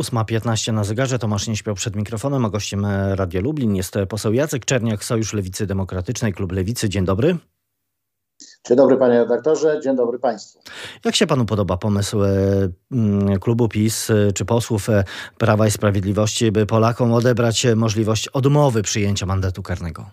8:15 na zegarze. Tomasz nie śpiał przed mikrofonem, a gościem Radia Lublin jest poseł Jacek Czerniak, Sojusz Lewicy Demokratycznej, Klub Lewicy. Dzień dobry. Dzień dobry panie redaktorze, dzień dobry państwu. Jak się panu podoba pomysł klubu PiS czy posłów Prawa i Sprawiedliwości, by Polakom odebrać możliwość odmowy przyjęcia mandatu karnego?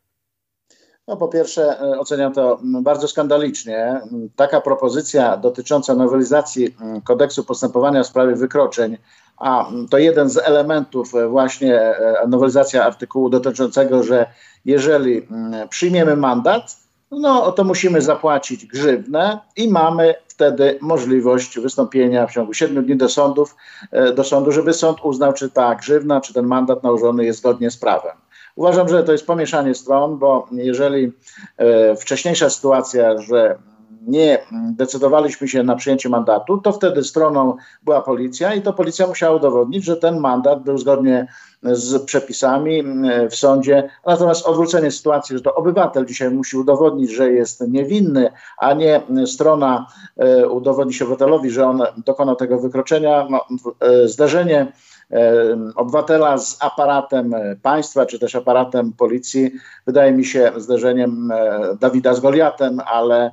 No, po pierwsze oceniam to bardzo skandalicznie. Taka propozycja dotycząca nowelizacji kodeksu postępowania w sprawie wykroczeń, a to jeden z elementów właśnie nowelizacja artykułu dotyczącego, że jeżeli przyjmiemy mandat, no to musimy zapłacić grzywnę i mamy wtedy możliwość wystąpienia w ciągu 7 dni do sądu, żeby sąd uznał, czy ta grzywna, czy ten mandat nałożony jest zgodnie z prawem. Uważam, że to jest pomieszanie stron, bo jeżeli wcześniejsza sytuacja, że nie decydowaliśmy się na przyjęcie mandatu, to wtedy stroną była policja i to policja musiała udowodnić, że ten mandat był zgodnie z przepisami w sądzie. Natomiast odwrócenie sytuacji, że to obywatel dzisiaj musi udowodnić, że jest niewinny, a nie strona udowodnić obywatelowi, że on dokonał tego wykroczenia. Zdarzenie obywatela z aparatem państwa, czy też aparatem policji, wydaje mi się zderzeniem Dawida z Goliatem, ale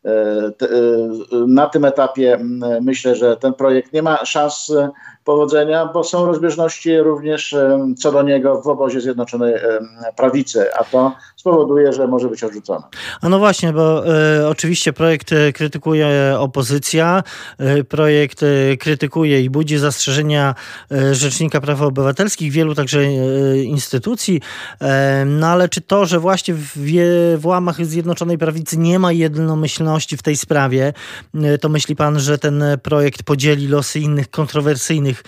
na tym etapie myślę, że ten projekt nie ma szans powodzenia, bo są rozbieżności również co do niego w obozie Zjednoczonej Prawicy, a to spowoduje, że może być odrzucony. A no właśnie, bo oczywiście projekt krytykuje opozycja, projekt krytykuje i budzi zastrzeżenia Rzecznika Praw Obywatelskich, wielu także instytucji, no ale czy to, że właśnie w łamach Zjednoczonej Prawicy nie ma jednomyślności w tej sprawie, to myśli pan, że ten projekt podzieli losy innych kontrowersyjnych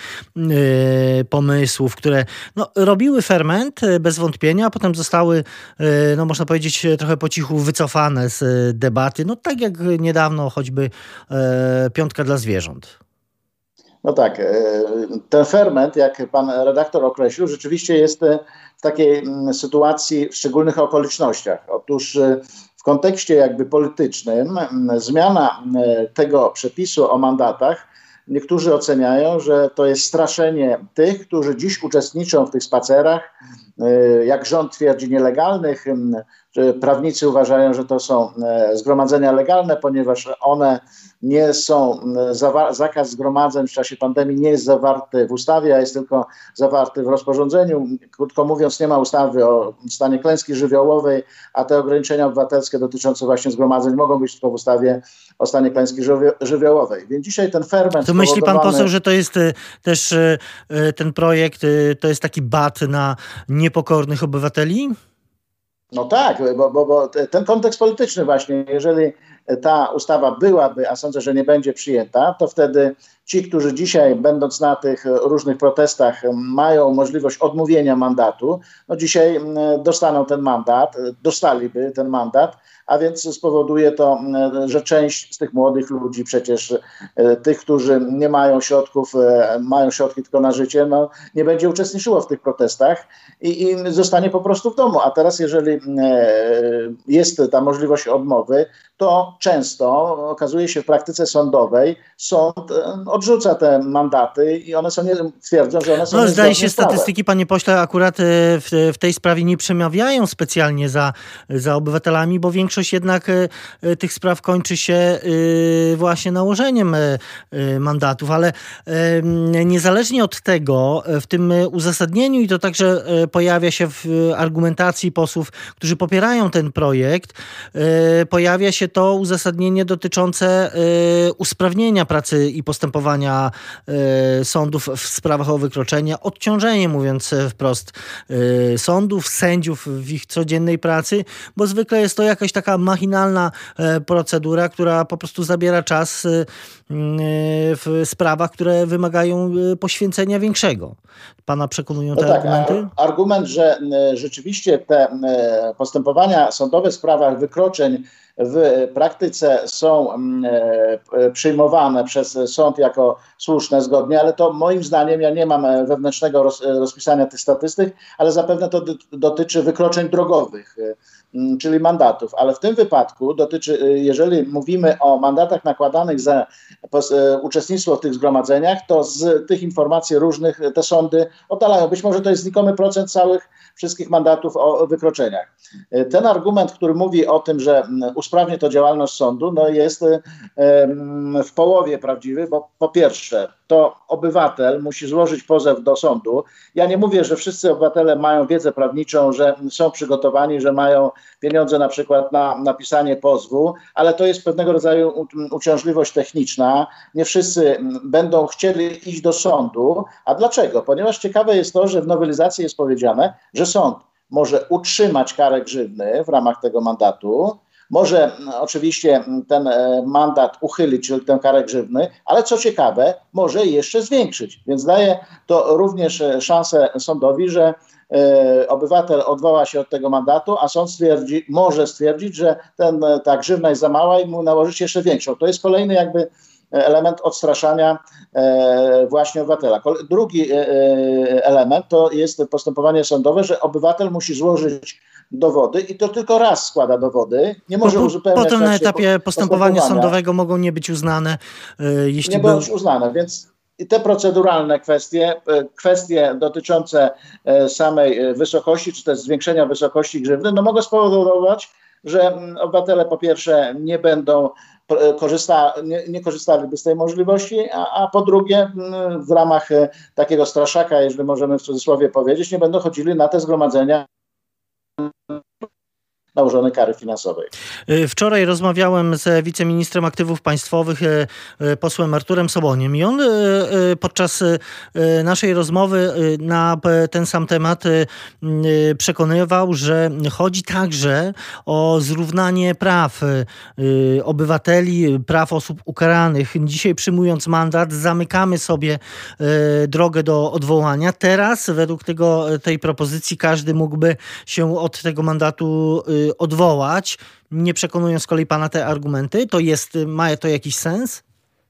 pomysłów, które robiły ferment bez wątpienia, a potem zostały, można powiedzieć, trochę po cichu wycofane z debaty, tak jak niedawno choćby piątka dla zwierząt. No tak, ten ferment, jak pan redaktor określił, rzeczywiście jest w takiej sytuacji w szczególnych okolicznościach. Otóż w kontekście jakby politycznym zmiana tego przepisu o mandatach, niektórzy oceniają, że to jest straszenie tych, którzy dziś uczestniczą w tych spacerach, jak rząd twierdzi, nielegalnych. Prawnicy uważają, że to są zgromadzenia legalne, ponieważ one nie są, zakaz zgromadzeń w czasie pandemii nie jest zawarty w ustawie, a jest tylko zawarty w rozporządzeniu. Krótko mówiąc, nie ma ustawy o stanie klęski żywiołowej, a te ograniczenia obywatelskie dotyczące właśnie zgromadzeń mogą być tylko w ustawie o stanie klęski żywiołowej. Więc dzisiaj ten ferment... To myśli pan poseł, że to jest też ten projekt, to jest taki bat na niepokornych obywateli? No tak, bo ten kontekst polityczny właśnie, jeżeli ta ustawa byłaby, a sądzę, że nie będzie przyjęta, to wtedy ci, którzy dzisiaj, będąc na tych różnych protestach, mają możliwość odmówienia mandatu, dzisiaj dostaną ten mandat, dostaliby ten mandat, a więc spowoduje to, że część z tych młodych ludzi, przecież tych, którzy nie mają środków, mają środki tylko na życie, nie będzie uczestniczyło w tych protestach i zostanie po prostu w domu. A teraz, jeżeli jest ta możliwość odmowy, to często okazuje się w praktyce sądowej, sąd odrzuca te mandaty i one twierdzą, że one są niezgodne. Zdaje się, statystyki, panie pośle, akurat w tej sprawie nie przemawiają specjalnie za obywatelami, bo większość jednak tych spraw kończy się właśnie nałożeniem mandatów, ale niezależnie od tego, w tym uzasadnieniu, i to także pojawia się w argumentacji posłów, którzy popierają ten projekt, pojawia się to uzasadnienie dotyczące usprawnienia pracy i postępowania sądów w sprawach o wykroczenia, odciążenie, mówiąc wprost, sądów, sędziów w ich codziennej pracy, bo zwykle jest to jakaś taka machinalna procedura, która po prostu zabiera czas w sprawach, które wymagają poświęcenia większego. Pana przekonują te argumenty? Argument, że rzeczywiście te postępowania sądowe w sprawach wykroczeń w praktyce są przyjmowane przez sąd jako słuszne zgodnie, ale to moim zdaniem, ja nie mam wewnętrznego rozpisania tych statystyk, ale zapewne to dotyczy wykroczeń drogowych, czyli mandatów, ale w tym wypadku dotyczy, jeżeli mówimy o mandatach nakładanych za uczestnictwo w tych zgromadzeniach, to z tych informacji różnych te sądy oddalają. Być może to jest znikomy procent całych wszystkich mandatów o wykroczeniach. Ten argument, który mówi o tym, że usprawni to działalność sądu, no jest w połowie prawdziwy, bo po pierwsze, to obywatel musi złożyć pozew do sądu. Ja nie mówię, że wszyscy obywatele mają wiedzę prawniczą, że są przygotowani, że mają pieniądze na przykład na napisanie pozwu, ale to jest pewnego rodzaju uciążliwość techniczna. Nie wszyscy będą chcieli iść do sądu. A dlaczego? Ponieważ ciekawe jest to, że w nowelizacji jest powiedziane, że sąd może utrzymać karę grzywny w ramach tego mandatu, może oczywiście ten mandat uchylić, czyli tę karę grzywny, ale co ciekawe, może jeszcze zwiększyć. Więc daje to również szansę sądowi, że obywatel odwoła się od tego mandatu, a sąd może stwierdzić, że ta grzywna jest za mała i mu nałożyć jeszcze większą. To jest kolejny jakby element odstraszania właśnie obywatela. Drugi element to jest postępowanie sądowe, że obywatel musi złożyć dowody i to tylko raz składa dowody. Nie może uzupełniać. Potem na etapie postępowania sądowego mogą nie być uznane. Jeśli nie być uznane, więc i te proceduralne kwestie dotyczące samej wysokości, czy też zwiększenia wysokości grzywny, no mogą spowodować, że obywatele po pierwsze nie będą nie korzystaliby z tej możliwości, a po drugie w ramach takiego straszaka, jeżeli możemy w cudzysłowie powiedzieć, nie będą chodzili na te zgromadzenia nałożonej kary finansowej. Wczoraj rozmawiałem z wiceministrem aktywów państwowych, posłem Arturem Soboniem i on podczas naszej rozmowy na ten sam temat przekonywał, że chodzi także o zrównanie praw obywateli, praw osób ukaranych. Dzisiaj przyjmując mandat zamykamy sobie drogę do odwołania. Teraz według tej propozycji każdy mógłby się od tego mandatu odwołać. Nie przekonują z kolei pana te argumenty? Ma to jakiś sens?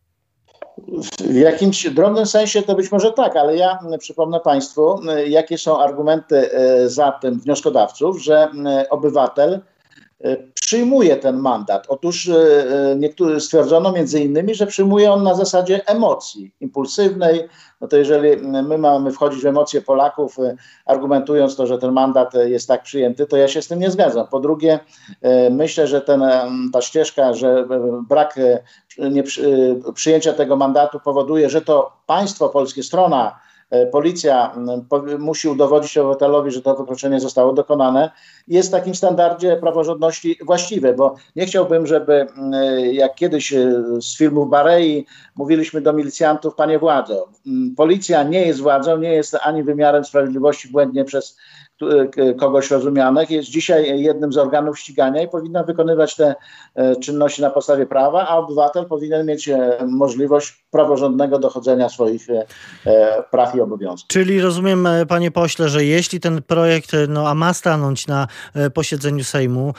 W jakimś drobnym sensie to być może tak, ale ja przypomnę państwu, jakie są argumenty za tym wnioskodawców, że obywatel przyjmuje ten mandat. Otóż stwierdzono między innymi, że przyjmuje on na zasadzie emocji impulsywnej. No to jeżeli my mamy wchodzić w emocje Polaków, argumentując to, że ten mandat jest tak przyjęty, to ja się z tym nie zgadzam. Po drugie, myślę, że ta ścieżka, że brak przyjęcia tego mandatu powoduje, że to państwo polskie, strona, policja musi udowodnić obywatelowi, że to wykroczenie zostało dokonane, jest w takim standardzie praworządności właściwe, bo nie chciałbym, żeby jak kiedyś z filmów Barei mówiliśmy do milicjantów: panie władzo, policja nie jest władzą, nie jest ani wymiarem sprawiedliwości błędnie przez kogoś rozumianych, jest dzisiaj jednym z organów ścigania i powinna wykonywać te czynności na podstawie prawa, a obywatel powinien mieć możliwość praworządnego dochodzenia swoich praw i obowiązków. Czyli rozumiem, panie pośle, że jeśli ten projekt ma stanąć na posiedzeniu Sejmu,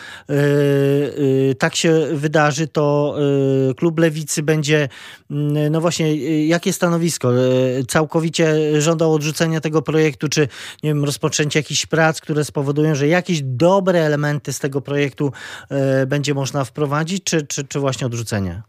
tak się wydarzy, to klub Lewicy będzie, właśnie, jakie stanowisko? Całkowicie żądał odrzucenia tego projektu, czy nie wiem, rozpoczęcia jakichś prac, które spowodują, że jakieś dobre elementy z tego projektu będzie można wprowadzić, czy właśnie odrzucenie?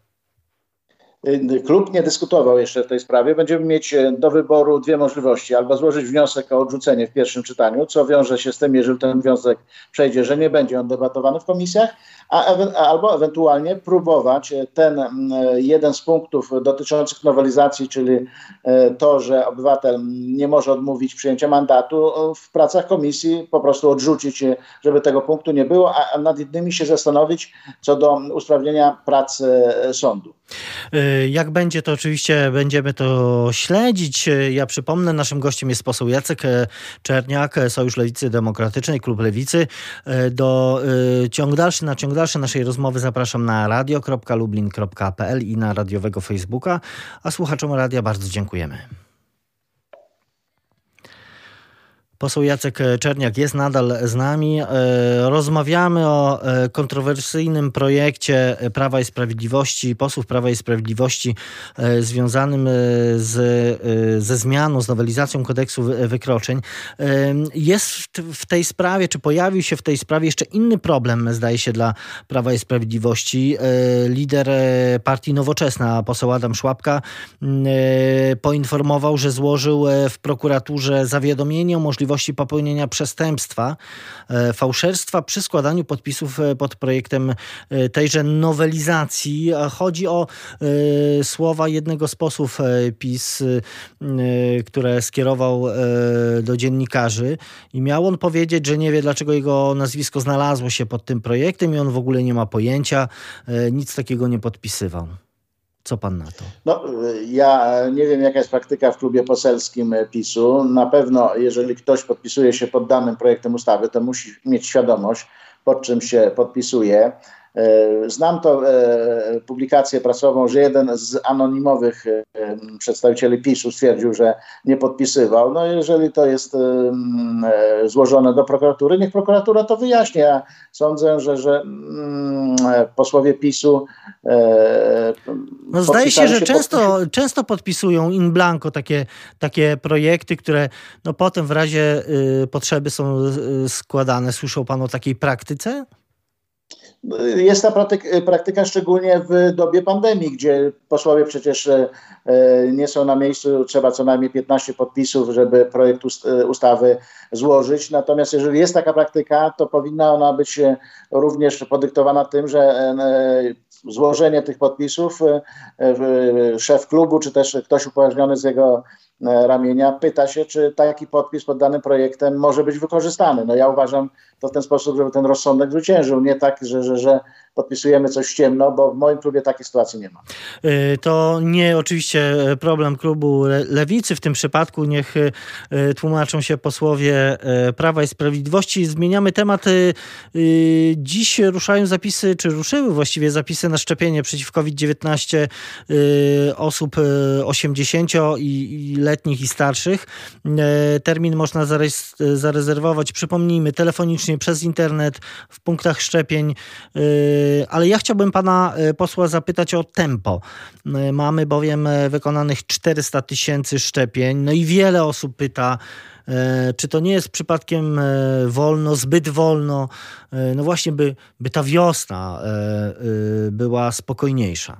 Klub nie dyskutował jeszcze w tej sprawie. Będziemy mieć do wyboru dwie możliwości. Albo złożyć wniosek o odrzucenie w pierwszym czytaniu, co wiąże się z tym, jeżeli ten wniosek przejdzie, że nie będzie on debatowany w komisjach, albo ewentualnie próbować ten jeden z punktów dotyczących nowelizacji, czyli to, że obywatel nie może odmówić przyjęcia mandatu, w pracach komisji po prostu odrzucić, żeby tego punktu nie było, a nad innymi się zastanowić co do usprawnienia prac sądu. Jak będzie, to oczywiście będziemy to śledzić. Ja przypomnę, naszym gościem jest poseł Jacek Czerniak, Sojusz Lewicy Demokratycznej, Klub Lewicy. Na ciąg dalszy naszej rozmowy zapraszam na radio.lublin.pl i na radiowego Facebooka, a słuchaczom radia bardzo dziękujemy. Poseł Jacek Czerniak jest nadal z nami. Rozmawiamy o kontrowersyjnym projekcie Prawa i Sprawiedliwości, posłów Prawa i Sprawiedliwości związanym ze zmianą, z nowelizacją kodeksu wykroczeń. Jest w tej sprawie, czy pojawił się w tej sprawie jeszcze inny problem, zdaje się, dla Prawa i Sprawiedliwości. Lider partii Nowoczesna, poseł Adam Szłapka, poinformował, że złożył w prokuraturze zawiadomienie o możliwości popełnienia przestępstwa, fałszerstwa przy składaniu podpisów pod projektem tejże nowelizacji. Chodzi o słowa jednego z posłów PiS, które skierował do dziennikarzy i miał on powiedzieć, że nie wie, dlaczego jego nazwisko znalazło się pod tym projektem i on w ogóle nie ma pojęcia, nic takiego nie podpisywał. Co pan na to? No, ja nie wiem, jaka jest praktyka w klubie poselskim PiS-u. Na pewno, jeżeli ktoś podpisuje się pod danym projektem ustawy, to musi mieć świadomość, pod czym się podpisuje. Znam to publikację prasową, że jeden z anonimowych przedstawicieli PiS-u stwierdził, że nie podpisywał. No jeżeli to jest złożone do prokuratury, niech prokuratura to wyjaśni. Ja sądzę, że posłowie PiS-u no zdaje się, że często podpisują in blanco takie projekty, które no potem w razie potrzeby są składane. Słyszał pan o takiej praktyce? Jest ta praktyka szczególnie w dobie pandemii, gdzie posłowie przecież nie są na miejscu, trzeba co najmniej 15 podpisów, żeby projekt ustawy złożyć. Natomiast jeżeli jest taka praktyka, to powinna ona być również podyktowana tym, że złożenie tych podpisów szef klubu, czy też ktoś upoważniony z jego ramienia pyta się, czy taki podpis pod danym projektem może być wykorzystany. No ja uważam to w ten sposób, żeby ten rozsądek zwyciężył. Nie tak, że podpisujemy coś w ciemno, bo w moim klubie takiej sytuacji nie ma. To nie oczywiście problem klubu Lewicy. W tym przypadku niech tłumaczą się posłowie Prawa i Sprawiedliwości. Zmieniamy temat. Dziś ruszyły właściwie zapisy na szczepienie przeciw COVID-19 osób 80-letnich i starszych. Termin można zarezerwować, przypomnijmy, telefonicznie, przez internet, w punktach szczepień. Ale ja chciałbym pana posła zapytać o tempo. Mamy bowiem wykonanych 400 000 szczepień. No i wiele osób pyta, czy to nie jest przypadkiem wolno, zbyt wolno, no właśnie, by ta wiosna była spokojniejsza.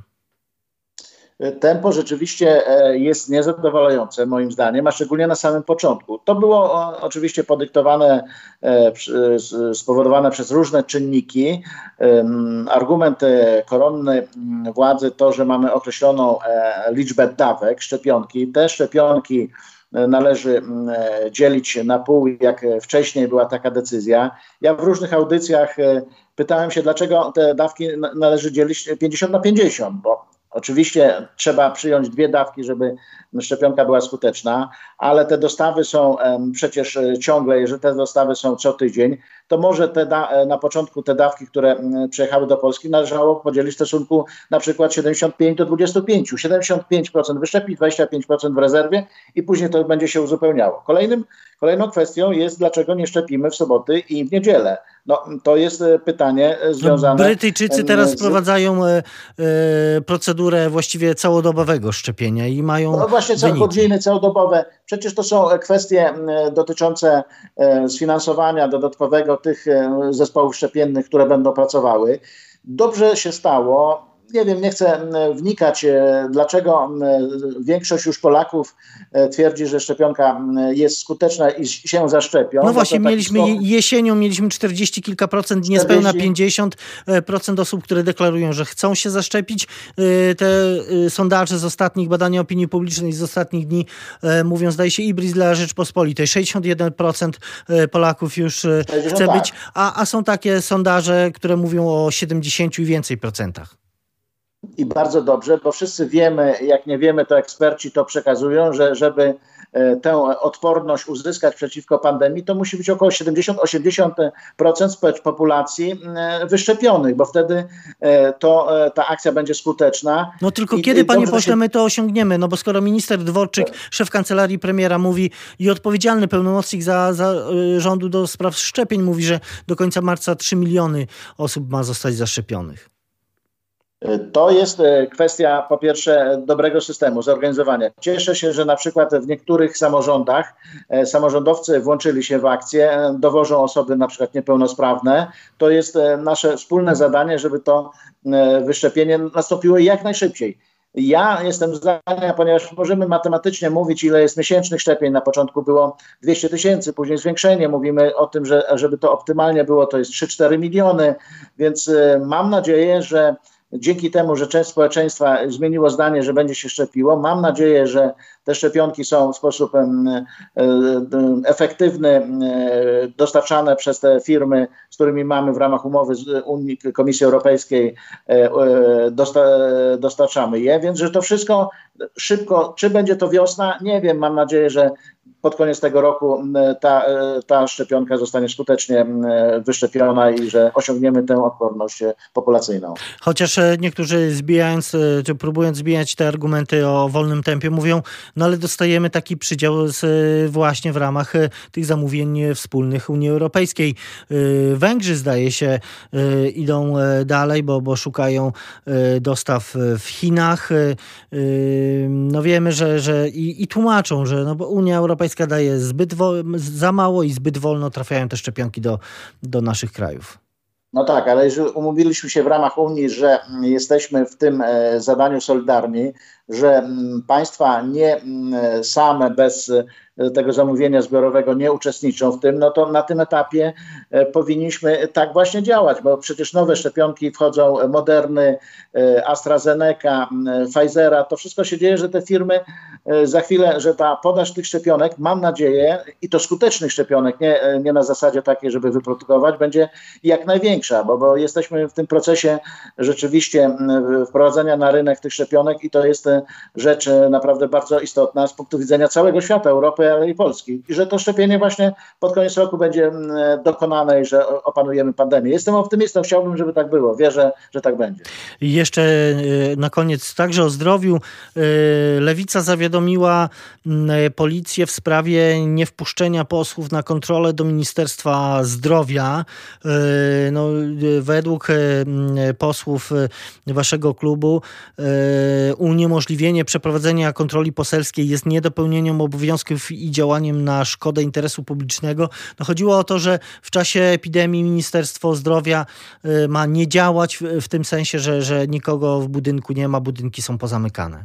Tempo rzeczywiście jest niezadowalające moim zdaniem, a szczególnie na samym początku. To było oczywiście podyktowane, spowodowane przez różne czynniki. Argument koronny władzy to, że mamy określoną liczbę dawek, szczepionki. Te szczepionki należy dzielić na pół, jak wcześniej była taka decyzja. Ja w różnych audycjach pytałem się, dlaczego te dawki należy dzielić 50/50, bo oczywiście trzeba przyjąć 2 dawki, żeby szczepionka była skuteczna, ale te dostawy są przecież ciągle, jeżeli te dostawy są co tydzień, to może na początku te dawki, które przyjechały do Polski, należało podzielić w stosunku na przykład 75/25. 75% wyszczepić, 25% w rezerwie i później to będzie się uzupełniało. Kolejną kwestią jest, dlaczego nie szczepimy w soboty i w niedzielę. No, to jest pytanie związane... Brytyjczycy teraz wprowadzają procedurę właściwie całodobowego szczepienia i mają właśnie podwójne, całodobowe. Przecież to są kwestie dotyczące sfinansowania dodatkowego tych zespołów szczepiennych, które będą pracowały. Dobrze się stało. Nie wiem, nie chcę wnikać, dlaczego większość już Polaków twierdzi, że szczepionka jest skuteczna i się zaszczepią. No właśnie, jesienią mieliśmy 40 kilka procent, niespełna 50% osób, które deklarują, że chcą się zaszczepić. Te sondaże z ostatnich badań opinii publicznej z ostatnich dni mówią, zdaje się, Ibris dla Rzeczpospolitej. 61% Polaków już chce być, a są takie sondaże, które mówią o 70 i więcej procentach. I bardzo dobrze, bo wszyscy wiemy, jak nie wiemy, to eksperci to przekazują, że żeby tę odporność uzyskać przeciwko pandemii, to musi być około 70-80% populacji wyszczepionych, bo wtedy ta akcja będzie skuteczna. No tylko kiedy, panie pośle, my to osiągniemy? No bo skoro minister Dworczyk, szef kancelarii premiera mówi i odpowiedzialny pełnomocnik za rządu do spraw szczepień mówi, że do końca marca 3 miliony osób ma zostać zaszczepionych. To jest kwestia, po pierwsze, dobrego systemu, zorganizowania. Cieszę się, że na przykład w niektórych samorządach samorządowcy włączyli się w akcję, dowożą osoby na przykład niepełnosprawne. To jest nasze wspólne zadanie, żeby to wyszczepienie nastąpiło jak najszybciej. Ja jestem zdania, ponieważ możemy matematycznie mówić, ile jest miesięcznych szczepień. Na początku było 200 000, później zwiększenie. Mówimy o tym, że żeby to optymalnie było, to jest 3-4 miliony. Więc mam nadzieję, że dzięki temu, że część społeczeństwa zmieniło zdanie, że będzie się szczepiło, mam nadzieję, że te szczepionki są w sposób efektywny dostarczane przez te firmy, z którymi mamy w ramach umowy z Unii, Komisji Europejskiej, dostarczamy je, więc że to wszystko szybko, czy będzie to wiosna, nie wiem, mam nadzieję, że pod koniec tego roku ta szczepionka zostanie skutecznie wyszczepiona i że osiągniemy tę odporność populacyjną. Chociaż niektórzy zbijając, czy próbując zbijać te argumenty o wolnym tempie, mówią, no ale dostajemy taki przydział właśnie w ramach tych zamówień wspólnych Unii Europejskiej. Węgrzy, zdaje się, idą dalej, bo szukają dostaw w Chinach. No wiemy, że i tłumaczą, że no bo Unia Europejska daje za mało i zbyt wolno trafiają te szczepionki do naszych krajów. No tak, ale jeżeli umówiliśmy się w ramach Unii, że jesteśmy w tym zadaniu solidarni, że państwa nie same bez tego zamówienia zbiorowego nie uczestniczą w tym, no to na tym etapie powinniśmy tak właśnie działać, bo przecież nowe szczepionki wchodzą, Moderny, AstraZeneca, Pfizera, to wszystko się dzieje, że te firmy za chwilę, że ta podaż tych szczepionek, mam nadzieję, i to skutecznych szczepionek, nie na zasadzie takiej, żeby wyprodukować, będzie jak największa, bo jesteśmy w tym procesie rzeczywiście wprowadzenia na rynek tych szczepionek i to jest rzecz naprawdę bardzo istotna z punktu widzenia całego świata, Europy, ale i Polski. I że to szczepienie właśnie pod koniec roku będzie dokonane i że opanujemy pandemię. Jestem optymistą, chciałbym, żeby tak było. Wierzę, że tak będzie. I jeszcze na koniec także o zdrowiu. Lewica zawiadomiła policję w sprawie niewpuszczenia posłów na kontrolę do Ministerstwa Zdrowia. No, według posłów waszego klubu uniemożliwienie przeprowadzenia kontroli poselskiej jest niedopełnieniem obowiązków i działaniem na szkodę interesu publicznego. No, chodziło o to, że w czasie epidemii Ministerstwo Zdrowia ma nie działać w tym sensie, że nikogo w budynku nie ma, budynki są pozamykane.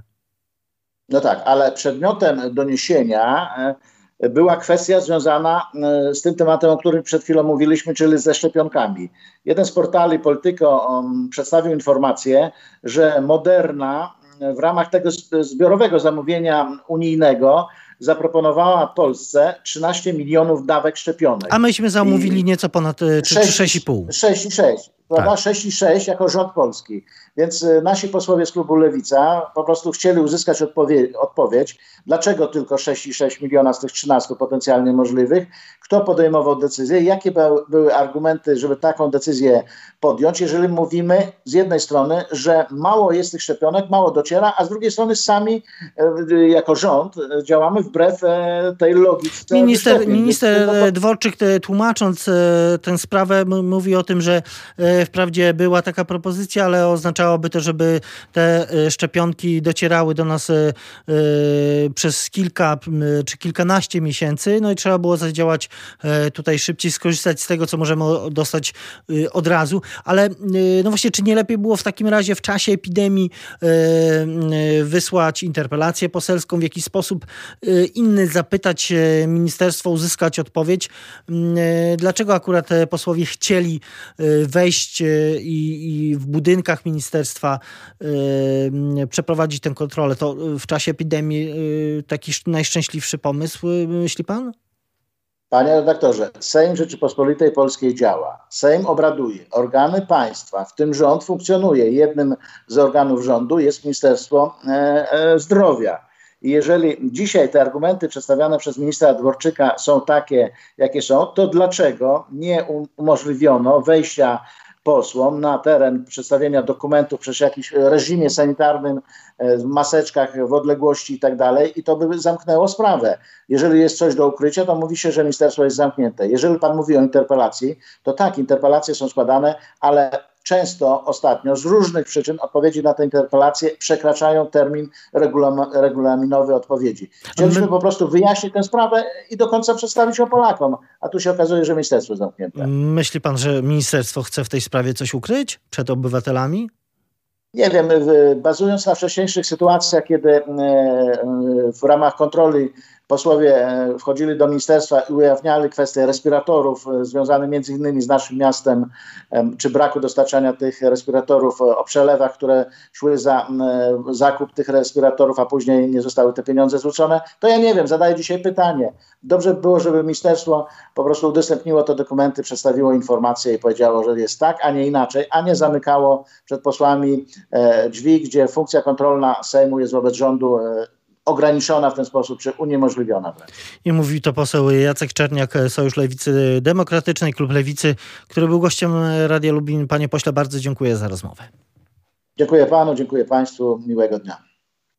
No tak, ale przedmiotem doniesienia była kwestia związana z tym tematem, o którym przed chwilą mówiliśmy, czyli ze szczepionkami. Jeden z portali Polityko przedstawił informację, że Moderna w ramach tego zbiorowego zamówienia unijnego zaproponowała Polsce 13 milionów dawek szczepionek. A myśmy zamówili nieco ponad 6,5. 6,6. Prawda? Tak. 6,6 jako rząd polski. Więc nasi posłowie z klubu Lewica po prostu chcieli uzyskać odpowiedź, dlaczego tylko 6,6 miliona z tych 13 potencjalnie możliwych, kto podejmował decyzję, jakie były argumenty, żeby taką decyzję podjąć, jeżeli mówimy z jednej strony, że mało jest tych szczepionek, mało dociera, a z drugiej strony sami jako rząd działamy wbrew tej logice. Minister Dworczyk, tłumacząc tę sprawę, mówi o tym, że wprawdzie była taka propozycja, ale oznaczałoby to, żeby te szczepionki docierały do nas przez kilka czy kilkanaście miesięcy, no i trzeba było zadziałać tutaj szybciej, skorzystać z tego, co możemy dostać od razu. Ale no właśnie, czy nie lepiej było w takim razie w czasie epidemii wysłać interpelację poselską, w jakiś sposób inny zapytać ministerstwo, uzyskać odpowiedź? Dlaczego akurat posłowie chcieli wejść i w budynkach ministerstwa przeprowadzić tę kontrolę? To w czasie epidemii taki najszczęśliwszy pomysł, myśli pan? Panie redaktorze, Sejm Rzeczypospolitej Polskiej działa. Sejm obraduje. Organy państwa, w tym rząd, funkcjonuje. Jednym z organów rządu jest Ministerstwo Zdrowia. I jeżeli dzisiaj te argumenty przedstawiane przez ministra Dworczyka są takie, jakie są, to dlaczego nie umożliwiono wejścia posłom na teren, przedstawienia dokumentów przy jakimś reżimie sanitarnym, maseczkach w odległości i tak dalej, i to by zamknęło sprawę. Jeżeli jest coś do ukrycia, to mówi się, że ministerstwo jest zamknięte. Jeżeli pan mówi o interpelacji, to tak, interpelacje są składane, ale często ostatnio z różnych przyczyn odpowiedzi na te interpelacje przekraczają termin regulaminowy odpowiedzi. Chcieliśmy po prostu wyjaśnić tę sprawę i do końca przedstawić ją Polakom, a tu się okazuje, że ministerstwo jest zamknięte. Myśli pan, że ministerstwo chce w tej sprawie coś ukryć przed obywatelami? Nie wiem, bazując na wcześniejszych sytuacjach, kiedy w ramach kontroli posłowie wchodzili do ministerstwa i ujawniali kwestie respiratorów związane między innymi z naszym miastem, czy braku dostarczania tych respiratorów, o przelewach, które szły za zakup tych respiratorów, a później nie zostały te pieniądze zwrócone, to ja nie wiem, zadaję dzisiaj pytanie. Dobrze by było, żeby ministerstwo po prostu udostępniło te dokumenty, przedstawiło informacje i powiedziało, że jest tak, a nie inaczej, a nie zamykało przed posłami drzwi, gdzie funkcja kontrolna Sejmu jest wobec rządu ograniczona w ten sposób, czy uniemożliwiona wręcz. I mówi to poseł Jacek Czerniak, Sojusz Lewicy Demokratycznej, Klub Lewicy, który był gościem Radia Lublin. Panie pośle, bardzo dziękuję za rozmowę. Dziękuję panu, dziękuję państwu, miłego dnia.